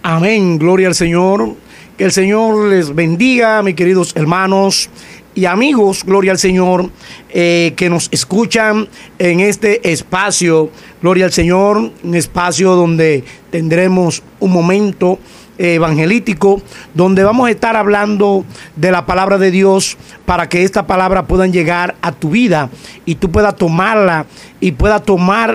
Amén, gloria al Señor. Que el Señor les bendiga, mis queridos hermanos y amigos, gloria al Señor, que nos escuchan en este espacio, gloria al Señor, un espacio donde tendremos un momento evangelístico, donde vamos a estar hablando de la palabra de Dios para que esta palabra pueda llegar a tu vida y tú puedas tomarla y puedas tomar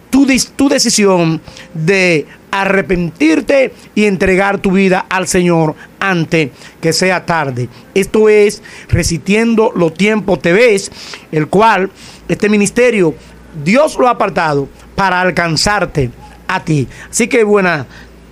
tu decisión de arrepentirte y entregar tu vida al Señor antes que sea tarde. Esto es Resistiendo los Tiempos TV, el cual este ministerio Dios lo ha apartado para alcanzarte a ti. Así que buenas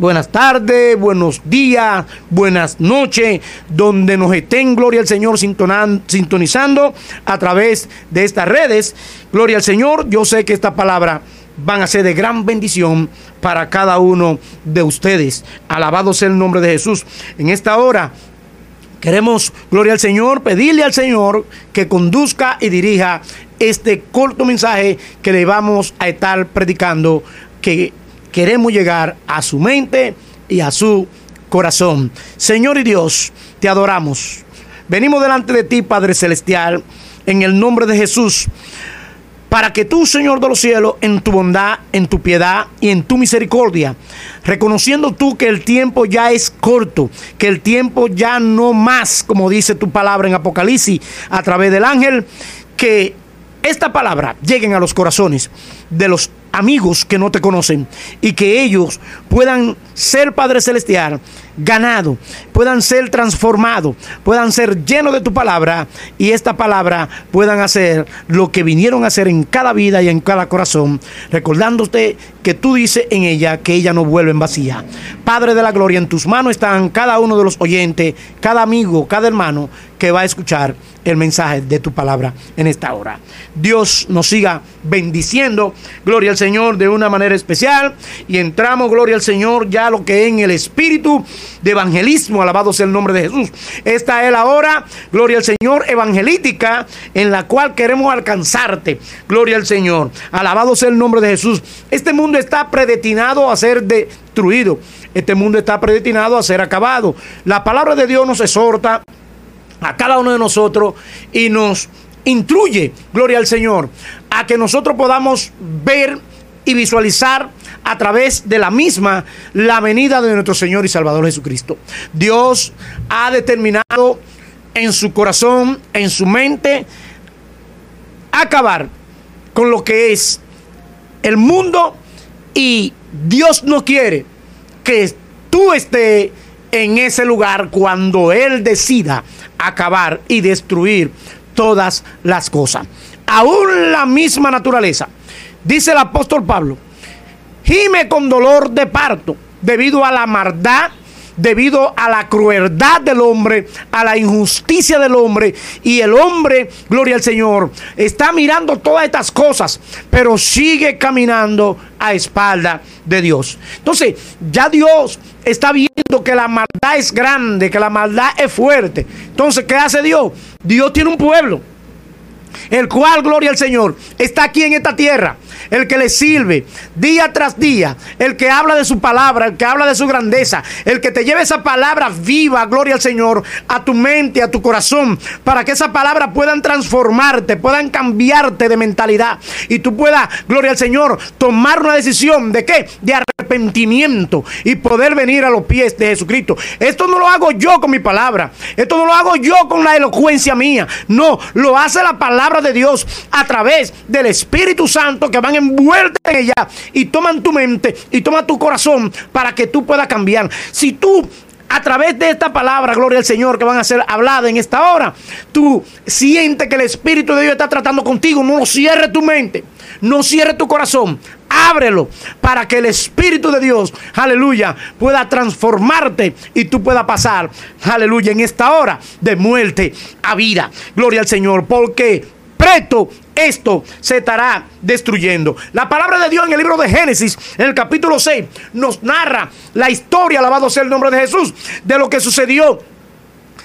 tardes, buenos días, buenas noches, donde nos estén, gloria al Señor, sintonizando a través de estas redes. Gloria al Señor, yo sé que esta palabra van a ser de gran bendición para cada uno de ustedes. Alabado sea el nombre de Jesús. En esta hora queremos, gloria al Señor, pedirle al Señor que conduzca y dirija este corto mensaje que le vamos a estar predicando, que queremos llegar a su mente y a su corazón. Señor y Dios, te adoramos. Venimos delante de ti, Padre Celestial, en el nombre de Jesús, para que tú, Señor de los cielos, en tu bondad, en tu piedad y en tu misericordia, reconociendo tú que el tiempo ya es corto, que el tiempo ya no más, como dice tu palabra en Apocalipsis a través del ángel, que esta palabra lleguen a los corazones de los amigos que no te conocen y que ellos puedan ser, Padre Celestial, ganado, puedan ser transformados, puedan ser llenos de tu palabra y esta palabra puedan hacer lo que vinieron a hacer en cada vida y en cada corazón, recordándote que tú dices en ella que ella no vuelve en vacía. Padre de la gloria, en tus manos están cada uno de los oyentes, cada amigo, cada hermano que va a escuchar el mensaje de tu palabra en esta hora. Dios nos siga bendiciendo, gloria al Señor, de una manera especial, y entramos, gloria al Señor, ya lo que es en el espíritu de evangelismo. Alabado sea el nombre de Jesús. Esta es la hora, gloria al Señor, evangelística, en la cual queremos alcanzarte, gloria al Señor. Alabado sea el nombre de Jesús. Este mundo está predestinado a ser destruido, este mundo está predestinado a ser acabado. La palabra de Dios nos exhorta a cada uno de nosotros y nos instruye, gloria al Señor, a que nosotros podamos ver y visualizar a través de la misma la venida de nuestro Señor y Salvador Jesucristo. Dios ha determinado en su corazón, en su mente, acabar con lo que es el mundo, y Dios no quiere que tú estés en ese lugar cuando Él decida acabar y destruir todas las cosas. Aún la misma naturaleza, dice el apóstol Pablo, gime con dolor de parto debido a la maldad, debido a la crueldad del hombre, a la injusticia del hombre. Y el hombre, gloria al Señor, está mirando todas estas cosas, pero sigue caminando a espalda de Dios. Entonces, ya Dios está viendo que la maldad es grande, que la maldad es fuerte. Entonces, ¿qué hace Dios? Dios tiene un pueblo, el cual, gloria al Señor, está aquí en esta tierra, el que le sirve día tras día, el que habla de su palabra, el que habla de su grandeza, el que te lleve esa palabra viva, gloria al Señor, a tu mente, a tu corazón, para que esa palabra puedan transformarte, puedan cambiarte de mentalidad y tú puedas, gloria al Señor, tomar una decisión de ¿qué? De arrepentimiento y poder venir a los pies de Jesucristo. Esto no lo hago yo con mi palabra, esto no lo hago yo con la elocuencia mía, no, lo hace la palabra de Dios a través del Espíritu Santo, que van envueltos en ella y toman tu mente y toman tu corazón para que tú puedas cambiar. Si tú, a través de esta palabra, gloria al Señor, que van a ser habladas en esta hora, tú sientes que el Espíritu de Dios está tratando contigo, no cierres tu mente, no cierres tu corazón, ábrelo para que el Espíritu de Dios, aleluya, pueda transformarte y tú puedas pasar, aleluya, en esta hora de muerte a vida. Gloria al Señor, porque presto esto se estará destruyendo. La palabra de Dios en el libro de Génesis, en el capítulo 6, nos narra la historia, alabado sea el nombre de Jesús, de lo que sucedió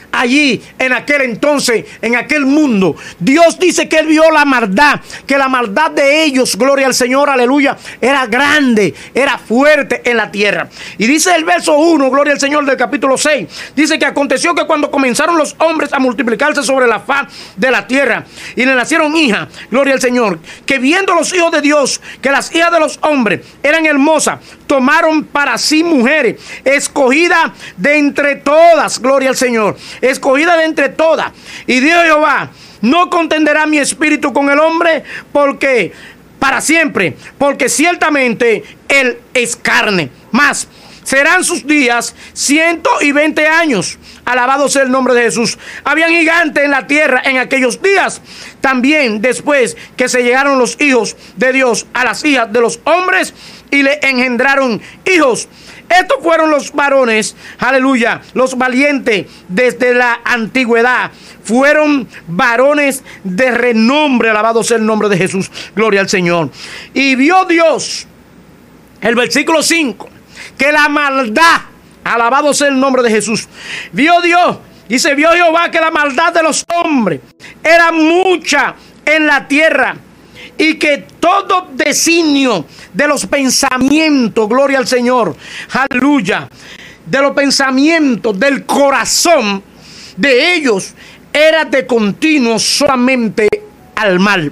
allí en aquel entonces, en aquel mundo. Dios dice que Él vio la maldad, que la maldad de ellos, gloria al Señor, aleluya, era grande, era fuerte en la tierra. Y dice el verso 1, gloria al Señor, del capítulo 6, dice que aconteció que cuando comenzaron los hombres a multiplicarse sobre la faz de la tierra y le nacieron hijas, gloria al Señor, que viendo los hijos de Dios que las hijas de los hombres eran hermosas, tomaron para sí mujeres, escogidas de entre todas, gloria al Señor, escogida de entre todas. Y dijo Jehová: no contenderá mi espíritu con el hombre, porque para siempre, porque ciertamente él es carne, mas serán sus días 120 años. Alabado sea el nombre de Jesús. Habían gigantes en la tierra en aquellos días. También después que se llegaron los hijos de Dios a las hijas de los hombres y le engendraron hijos. Estos fueron los varones, aleluya, los valientes desde la antigüedad. Fueron varones de renombre, alabado sea el nombre de Jesús, gloria al Señor. Y vio Dios, el versículo 5, que la maldad, alabado sea el nombre de Jesús, vio Dios, dice, vio Jehová que la maldad de los hombres era mucha en la tierra, y que todo designio de los pensamientos, gloria al Señor, aleluya, de los pensamientos del corazón de ellos era de continuo solamente al mal.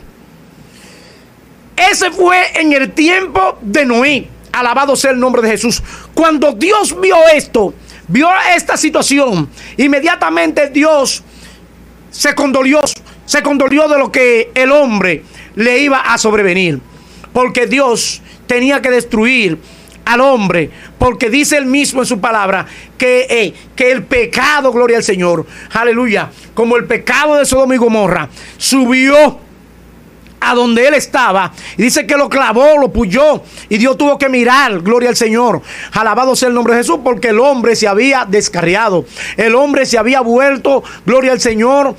Ese fue en el tiempo de Noé, alabado sea el nombre de Jesús. Cuando Dios vio esto, vio esta situación, inmediatamente Dios se condolió de lo que el hombre le iba a sobrevenir, porque Dios tenía que destruir al hombre, porque dice él mismo en su palabra que el pecado, gloria al Señor, aleluya, como el pecado de Sodoma y Gomorra, subió a donde él estaba, y dice que lo clavó, lo puyó, y Dios tuvo que mirar, gloria al Señor, alabado sea el nombre de Jesús, porque el hombre se había descarriado, el hombre se había vuelto, gloria al Señor,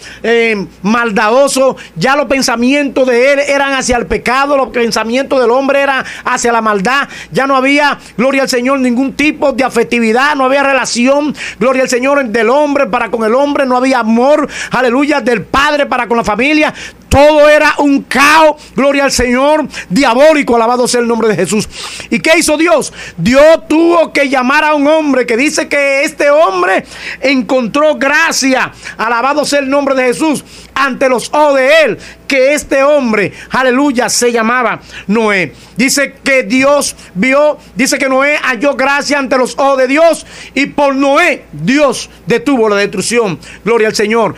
maldadoso. Ya los pensamientos de él eran hacia el pecado, los pensamientos del hombre eran hacia la maldad. Ya no había, gloria al Señor, ningún tipo de afectividad, no había relación, gloria al Señor, del hombre para con el hombre, no había amor, aleluya, del padre para con la familia. Todo era un caos, gloria al Señor, diabólico, alabado sea el nombre de Jesús. ¿Y qué hizo Dios? Dios tuvo que llamar a un hombre que dice que este hombre encontró gracia, alabado sea el nombre de Jesús, ante los ojos de él, que este hombre, aleluya, se llamaba Noé. Dice que Dios vio, dice que Noé halló gracia ante los ojos de Dios, y por Noé Dios detuvo la destrucción, gloria al Señor,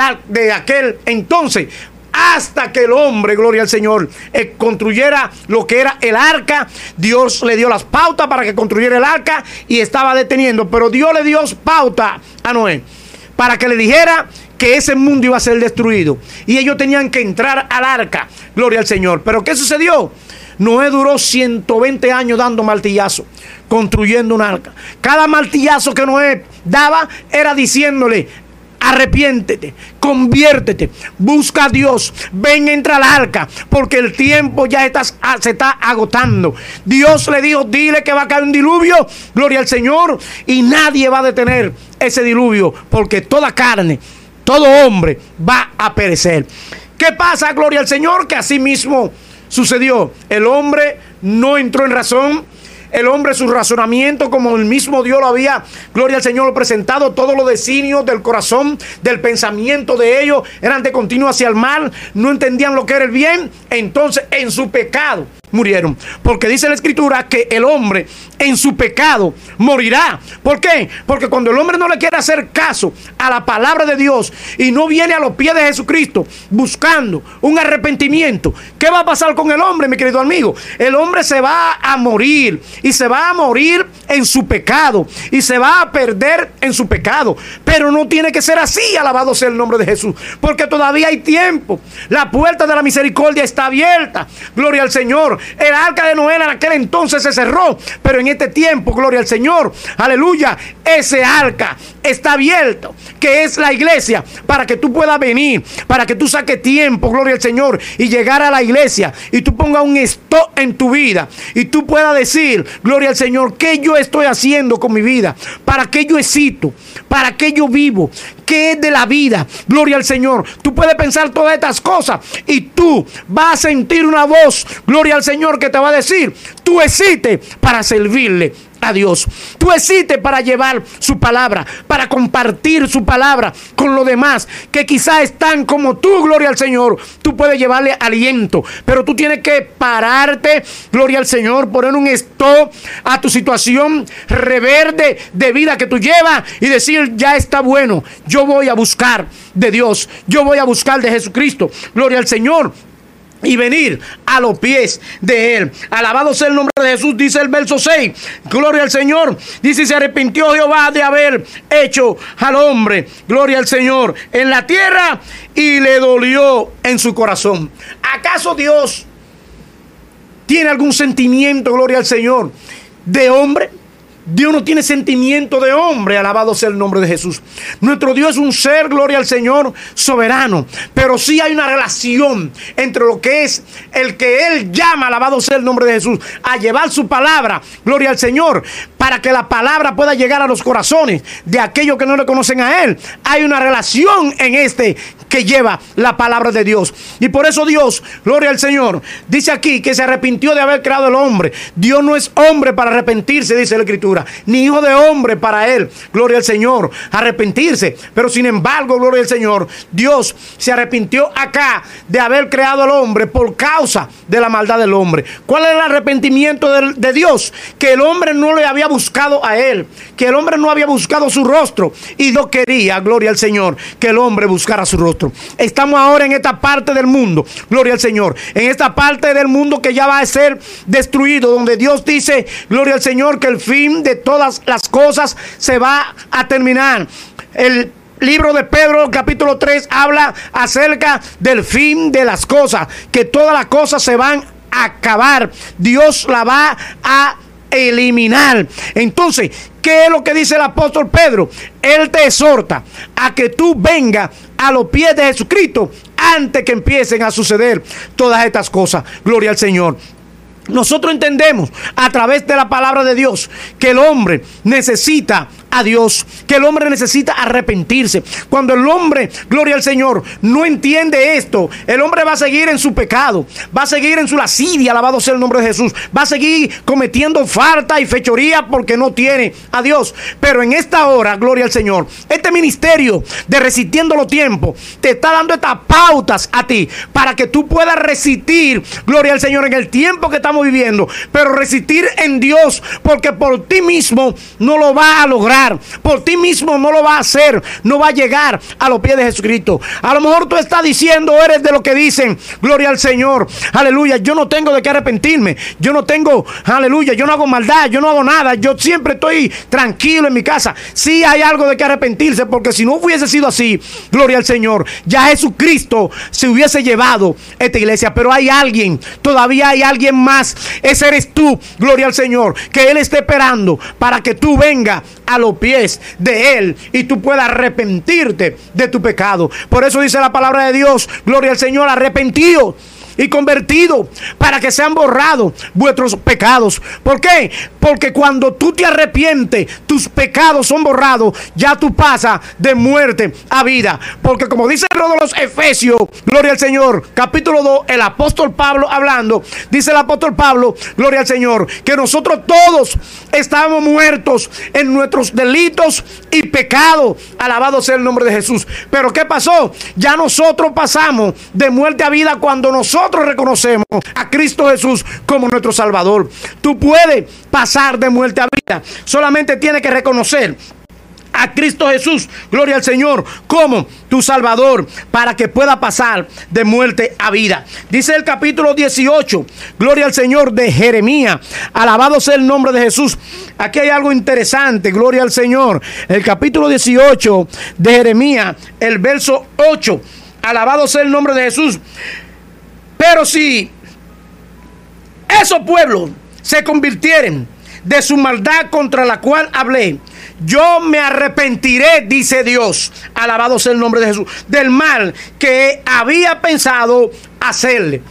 de aquel entonces, hasta que el hombre, gloria al Señor, construyera lo que era el arca. Dios le dio las pautas para que construyera el arca y estaba deteniendo, pero Dios le dio pauta a Noé para que le dijera que ese mundo iba a ser destruido y ellos tenían que entrar al arca, gloria al Señor. Pero ¿qué sucedió? Noé duró 120 años dando martillazo, construyendo un arca. Cada martillazo que Noé daba era diciéndole: arrepiéntete, conviértete, busca a Dios, ven, entra al arca, porque el tiempo ya se está agotando. Dios le dijo: dile que va a caer un diluvio, gloria al Señor, y nadie va a detener ese diluvio, porque toda carne, todo hombre va a perecer. ¿Qué pasa, gloria al Señor? Que así mismo sucedió. El hombre no entró en razón. El hombre, su razonamiento, como el mismo Dios lo había, gloria al Señor, presentado, todos los designios del corazón, del pensamiento de ellos, eran de continuo hacia el mal, no entendían lo que era el bien. Entonces, en su pecado murieron, porque dice la Escritura que el hombre en su pecado morirá. ¿Por qué? Porque cuando el hombre no le quiere hacer caso a la palabra de Dios y no viene a los pies de Jesucristo buscando un arrepentimiento, ¿qué va a pasar con el hombre, mi querido amigo? El hombre se va a morir, y se va a morir en su pecado, y se va a perder en su pecado. Pero no tiene que ser así, alabado sea el nombre de Jesús, porque todavía hay tiempo. La puerta de la misericordia está abierta, gloria al Señor. El arca de Noé en aquel entonces se cerró, pero en este tiempo, gloria al Señor, aleluya, ese arca está abierto, que es la iglesia, para que tú puedas venir, para que tú saques tiempo, gloria al Señor, y llegar a la iglesia, y tú pongas un stop en tu vida, y tú puedas decir, gloria al Señor, ¿qué yo estoy haciendo con mi vida? ¿Para qué yo existo? ¿Para qué yo vivo? ¿Qué es de la vida? Gloria al Señor. Tú puedes pensar todas estas cosas y tú vas a sentir una voz, gloria al Señor, que te va a decir, tú existes para servirle a Dios. Tú existes para llevar su palabra, para compartir su palabra con los demás que quizás están como tú, gloria al Señor. Tú puedes llevarle aliento, pero tú tienes que pararte, gloria al Señor, poner un stop a tu situación reverde de vida que tú llevas y decir, ya está bueno, yo voy a buscar de Dios, yo voy a buscar de Jesucristo, gloria al Señor, y venir a los pies de Él. Alabado sea el nombre de Jesús, dice el verso 6. Gloria al Señor. Dice, se arrepintió Jehová de haber hecho al hombre, gloria al Señor, en la tierra, y le dolió en su corazón. ¿Acaso Dios tiene algún sentimiento, gloria al Señor, de hombre? Dios no tiene sentimiento de hombre, alabado sea el nombre de Jesús. Nuestro Dios es un ser, gloria al Señor, soberano. Pero sí hay una relación entre lo que es el que Él llama, alabado sea el nombre de Jesús, a llevar su palabra, gloria al Señor, para que la palabra pueda llegar a los corazones de aquellos que no le conocen a Él. Hay una relación en este que lleva la palabra de Dios. Y por eso Dios, gloria al Señor, dice aquí que se arrepintió de haber creado el hombre. Dios no es hombre para arrepentirse, dice la Escritura, ni hijo de hombre para Él, gloria al Señor, arrepentirse. Pero sin embargo, gloria al Señor, Dios se arrepintió acá de haber creado al hombre por causa de la maldad del hombre. ¿Cuál era el arrepentimiento de Dios? Que el hombre no le había buscado a Él, que el hombre no había buscado su rostro, y Dios quería, gloria al Señor, que el hombre buscara su rostro. Estamos ahora en esta parte del mundo, gloria al Señor, en esta parte del mundo que ya va a ser destruido, donde Dios dice, gloria al Señor, que el fin de todas las cosas se va a terminar. El libro de Pedro, capítulo 3, habla acerca del fin de las cosas, que todas las cosas se van a acabar. Dios la va a eliminar. Entonces, ¿qué es lo que dice el apóstol Pedro? Él te exhorta a que tú vengas a los pies de Jesucristo antes que empiecen a suceder todas estas cosas. Gloria al Señor. Nosotros entendemos a través de la palabra de Dios que el hombre necesita a Dios, que el hombre necesita arrepentirse. Cuando el hombre, gloria al Señor, no entiende esto, el hombre va a seguir en su pecado, va a seguir en su lascivia, alabado sea el nombre de Jesús, va a seguir cometiendo falta y fechoría porque no tiene a Dios. Pero en esta hora, gloria al Señor, este ministerio de Resistiendo los Tiempos te está dando estas pautas a ti para que tú puedas resistir, gloria al Señor, en el tiempo que estamos viviendo, pero resistir en Dios, porque por ti mismo no lo vas a lograr. Por ti mismo no lo va a hacer, no va a llegar a los pies de Jesucristo. A lo mejor tú estás diciendo, eres de lo que dicen, gloria al Señor, aleluya, yo no tengo de qué arrepentirme, yo no tengo, aleluya, yo no hago maldad, yo no hago nada, yo siempre estoy tranquilo en mi casa. Sí hay algo de qué arrepentirse, porque si no hubiese sido así, gloria al Señor, ya Jesucristo se hubiese llevado esta iglesia. Pero hay alguien, todavía hay alguien más, ese eres tú, gloria al Señor, que Él está esperando para que tú vengas a los pies de Él y tú puedas arrepentirte de tu pecado. Por eso dice la palabra de Dios, gloria al Señor, arrepentido y convertido para que sean borrados vuestros pecados. ¿Por qué? Porque cuando tú te arrepientes, tus pecados son borrados, ya tú pasas de muerte a vida. Porque como dice el libro de los Efesios, gloria al Señor, capítulo 2, el apóstol Pablo hablando, dice el apóstol Pablo, gloria al Señor, que nosotros todos estábamos muertos en nuestros delitos y pecados. Alabado sea el nombre de Jesús. Pero ¿qué pasó? Ya nosotros pasamos de muerte a vida cuando nosotros reconocemos a Cristo Jesús como nuestro Salvador. Tú puedes pasar de muerte a vida, solamente tienes que reconocer a Cristo Jesús, gloria al Señor, como tu Salvador, para que pueda pasar de muerte a vida. Dice el capítulo 18, gloria al Señor, de Jeremías. Alabado sea el nombre de Jesús. Aquí hay algo interesante, gloria al Señor. El capítulo 18 de Jeremías, el verso 8. Alabado sea el nombre de Jesús. Pero si esos pueblos se convirtieren de su maldad contra la cual hablé, yo me arrepentiré, dice Dios, alabado sea el nombre de Jesús, del mal que había pensado hacerle.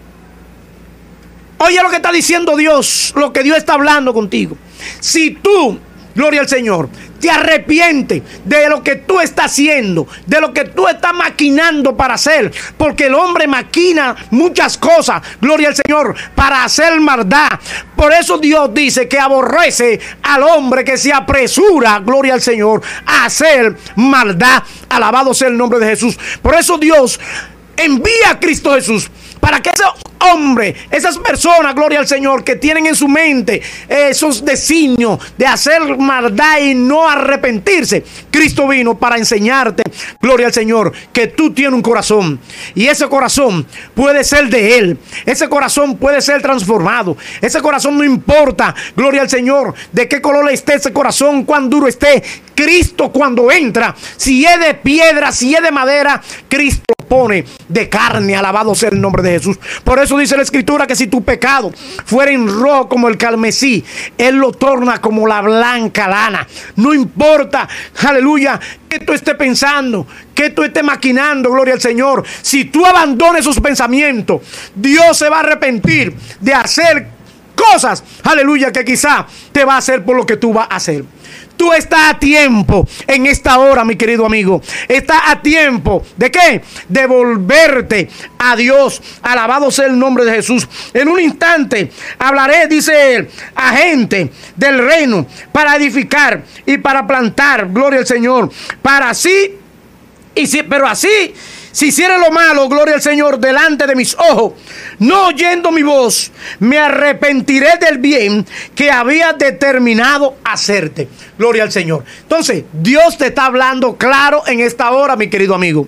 Oye lo que está diciendo Dios, lo que Dios está hablando contigo. Si tú, gloria al Señor, te arrepientes de lo que tú estás haciendo, de lo que tú estás maquinando para hacer, porque el hombre maquina muchas cosas, gloria al Señor, para hacer maldad. Por eso Dios dice que aborrece al hombre que se apresura, gloria al Señor, a hacer maldad. Alabado sea el nombre de Jesús. Por eso Dios envía a Cristo Jesús para que esos hombres, esas personas, gloria al Señor, que tienen en su mente esos designios de hacer maldad y no arrepentirse, Cristo vino para enseñarte, gloria al Señor, que tú tienes un corazón y ese corazón puede ser de Él. Ese corazón puede ser transformado. Ese corazón no importa, gloria al Señor, de qué color esté ese corazón, cuán duro esté. Cristo cuando entra, si es de piedra, si es de madera, Cristo pone de carne. Alabado sea el nombre de Jesús. Por eso dice la Escritura que si tu pecado fuera en rojo como el carmesí, Él lo torna como la blanca lana. No importa, aleluya, que tú estés pensando, que tú estés maquinando, gloria al Señor. Si tú abandonas esos pensamientos, Dios se va a arrepentir de hacer cosas, aleluya, que quizá te va a hacer por lo que tú vas a hacer. Tú estás a tiempo en esta hora, mi querido amigo. Estás a tiempo ¿de qué? De volverte a Dios. Alabado sea el nombre de Jesús. En un instante hablaré, dice él, a gente del reino para edificar y para plantar, gloria al Señor, para así, pero así, si hiciera lo malo, gloria al Señor, delante de mis ojos, no oyendo mi voz, me arrepentiré del bien que había determinado hacerte. Gloria al Señor. Entonces, Dios te está hablando claro en esta hora, mi querido amigo.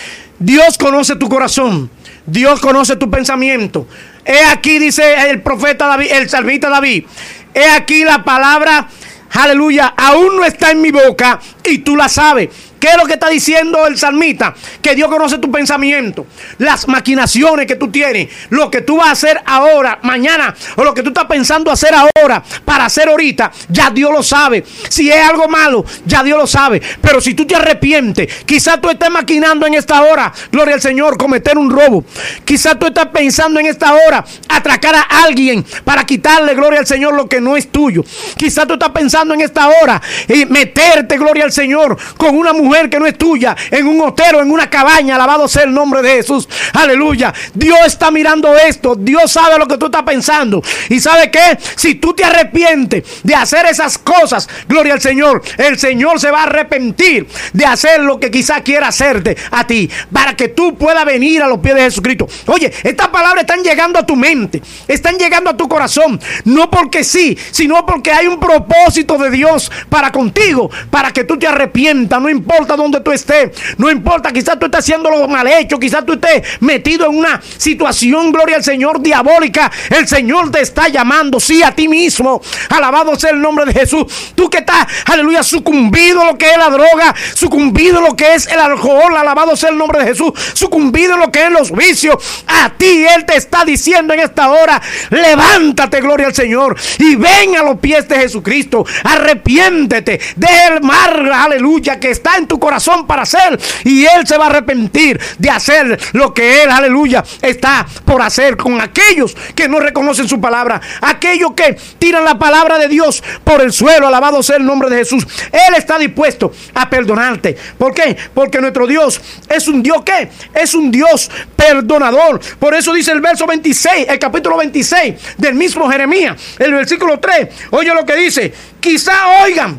Dios conoce tu corazón. Dios conoce tu pensamiento. He aquí, dice el profeta David, el salmista David, he aquí la palabra, aleluya, aún no está en mi boca y tú la sabes. ¿Qué es lo que está diciendo el salmista? Que Dios conoce tu pensamiento, las maquinaciones que tú tienes, lo que tú vas a hacer ahora, mañana, o lo que tú estás pensando hacer ahora, para hacer ahorita, ya Dios lo sabe. Si es algo malo, ya Dios lo sabe. Pero si tú te arrepientes, quizás tú estés maquinando en esta hora, gloria al Señor, cometer un robo. Quizás tú estás pensando en esta hora, atracar a alguien para quitarle, gloria al Señor, lo que no es tuyo. Quizás tú estás pensando en esta hora y meterte, gloria al Señor, con una mujer que no es tuya, en un hotel o en una cabaña. Alabado sea el nombre de Jesús, aleluya. Dios está mirando esto. Dios sabe lo que tú estás pensando. Y ¿sabe qué? Si tú te arrepientes de hacer esas cosas, gloria al Señor, el Señor se va a arrepentir de hacer lo que quizá quiera hacerte a ti, para que tú puedas venir a los pies de Jesucristo. Oye, estas palabras están llegando a tu mente, están llegando a tu corazón, no porque sí, sino porque hay un propósito de Dios para contigo, para que tú te arrepientas. No importa donde tú estés, no importa, quizás tú estés haciendo lo mal hecho, quizás tú estés metido en una situación, gloria al Señor, diabólica. El Señor te está llamando, sí, a ti mismo. Alabado sea el nombre de Jesús. Tú que estás, aleluya, sucumbido a lo que es la droga, sucumbido a lo que es el alcohol, alabado sea el nombre de Jesús, sucumbido a lo que es los vicios, a ti Él te está diciendo en esta hora, levántate, gloria al Señor, y ven a los pies de Jesucristo. Arrepiéntete del mal, aleluya, que está en tu corazón para hacer, y Él se va a arrepentir de hacer lo que Él, aleluya, está por hacer con aquellos que no reconocen su palabra, aquellos que tiran la palabra de Dios por el suelo. Alabado sea el nombre de Jesús. Él está dispuesto a perdonarte. ¿Por qué? Porque nuestro Dios es un Dios, ¿qué? Es un Dios perdonador. Por eso dice el verso 26, el capítulo 26 del mismo Jeremías, el versículo 3. Oye lo que dice: quizá oigan,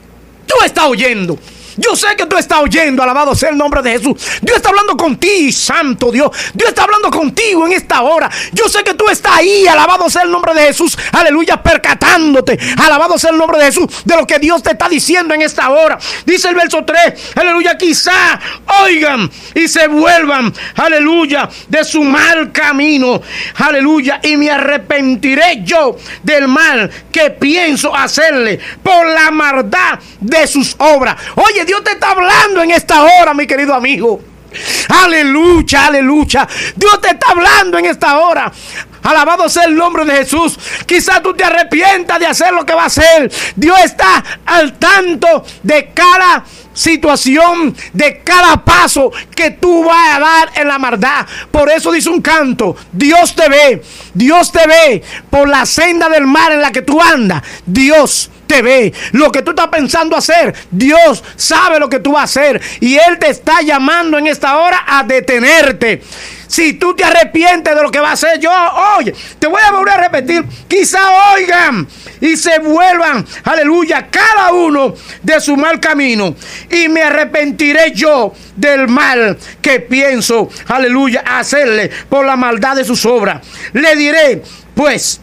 tú estás oyendo. Yo sé que tú estás oyendo, alabado sea el nombre de Jesús. Dios está hablando contigo, santo Dios. Dios está hablando contigo en esta hora. Yo sé que tú estás ahí, alabado sea el nombre de Jesús. Aleluya, percatándote, alabado sea el nombre de Jesús, de lo que Dios te está diciendo en esta hora. Dice el verso 3, aleluya, quizá oigan y se vuelvan, aleluya, de su mal camino, aleluya, y me arrepentiré yo del mal que pienso hacerle por la maldad de sus obras. Oye, Dios te está hablando en esta hora, mi querido amigo. Aleluya, aleluya. Dios te está hablando en esta hora. Alabado sea el nombre de Jesús. Quizás tú te arrepientas de hacer lo que va a hacer. Dios está al tanto de cada situación, de cada paso que tú vas a dar en la maldad. Por eso dice un canto: Dios te ve por la senda del mal en la que tú andas. Dios te ve lo que tú estás pensando hacer. Dios sabe lo que tú vas a hacer, y Él te está llamando en esta hora a detenerte. Si tú te arrepientes de lo que va a hacer, oye, te voy a volver a repetir, quizá oigan y se vuelvan, aleluya, cada uno de su mal camino, y me arrepentiré yo del mal que pienso, aleluya, hacerle por la maldad de sus obras. Le diré, pues,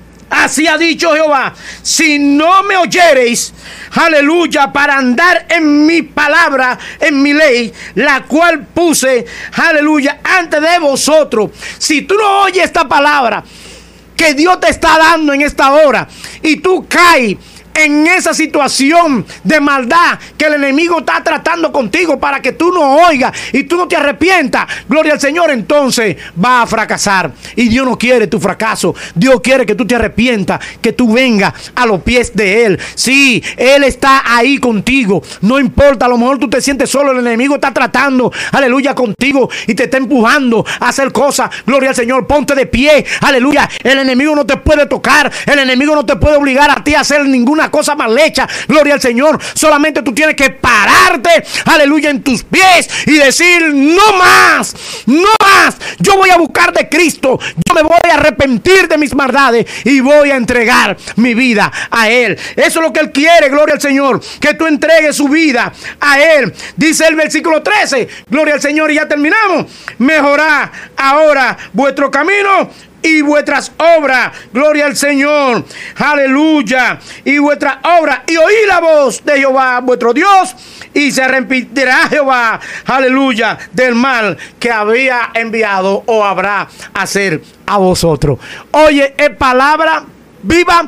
así ha dicho Jehová: si no me oyereis, aleluya, para andar en mi palabra, en mi ley, la cual puse, aleluya, antes de vosotros. Si tú no oyes esta palabra que Dios te está dando en esta hora, y tú caes en esa situación de maldad que el enemigo está tratando contigo para que tú no oigas y tú no te arrepientas, gloria al Señor, entonces va a fracasar. Y Dios no quiere tu fracaso. Dios quiere que tú te arrepientas, que tú vengas a los pies de Él. Sí, Él está ahí contigo. No importa, a lo mejor tú te sientes solo, el enemigo está tratando, aleluya, contigo y te está empujando a hacer cosas. Gloria al Señor, ponte de pie, aleluya. El enemigo no te puede tocar, el enemigo no te puede obligar a ti a hacer ninguna cosa mal hecha, gloria al Señor. Solamente tú tienes que pararte, aleluya, en tus pies y decir: no más, no más. Yo voy a buscar de Cristo, yo me voy a arrepentir de mis maldades y voy a entregar mi vida a Él. Eso es lo que Él quiere, gloria al Señor, que tú entregues su vida a Él. Dice el versículo 13, gloria al Señor, y ya terminamos: mejorad ahora vuestro camino y vuestras obras, gloria al Señor, aleluya, y vuestras obras, y oí la voz de Jehová vuestro Dios, y se arrepentirá Jehová, aleluya, del mal que había enviado o habrá a hacer a vosotros. Oye, es palabra viva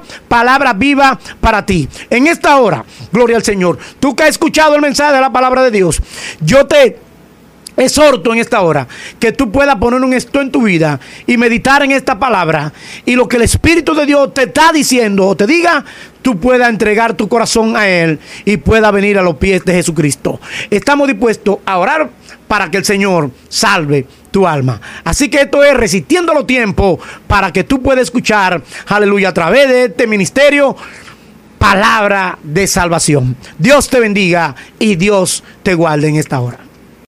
para ti. En esta hora, gloria al Señor, tú que has escuchado el mensaje de la palabra de Dios, yo te exhorto en esta hora que tú puedas poner un esto en tu vida y meditar en esta palabra, y lo que el Espíritu de Dios te está diciendo o te diga, tú puedas entregar tu corazón a Él y puedas venir a los pies de Jesucristo. Estamos dispuestos a orar para que el Señor salve tu alma. Así que esto es Resistiendo los Tiempos, para que tú puedas escuchar, aleluya, a través de este ministerio, palabra de salvación. Dios te bendiga y Dios te guarde en esta hora.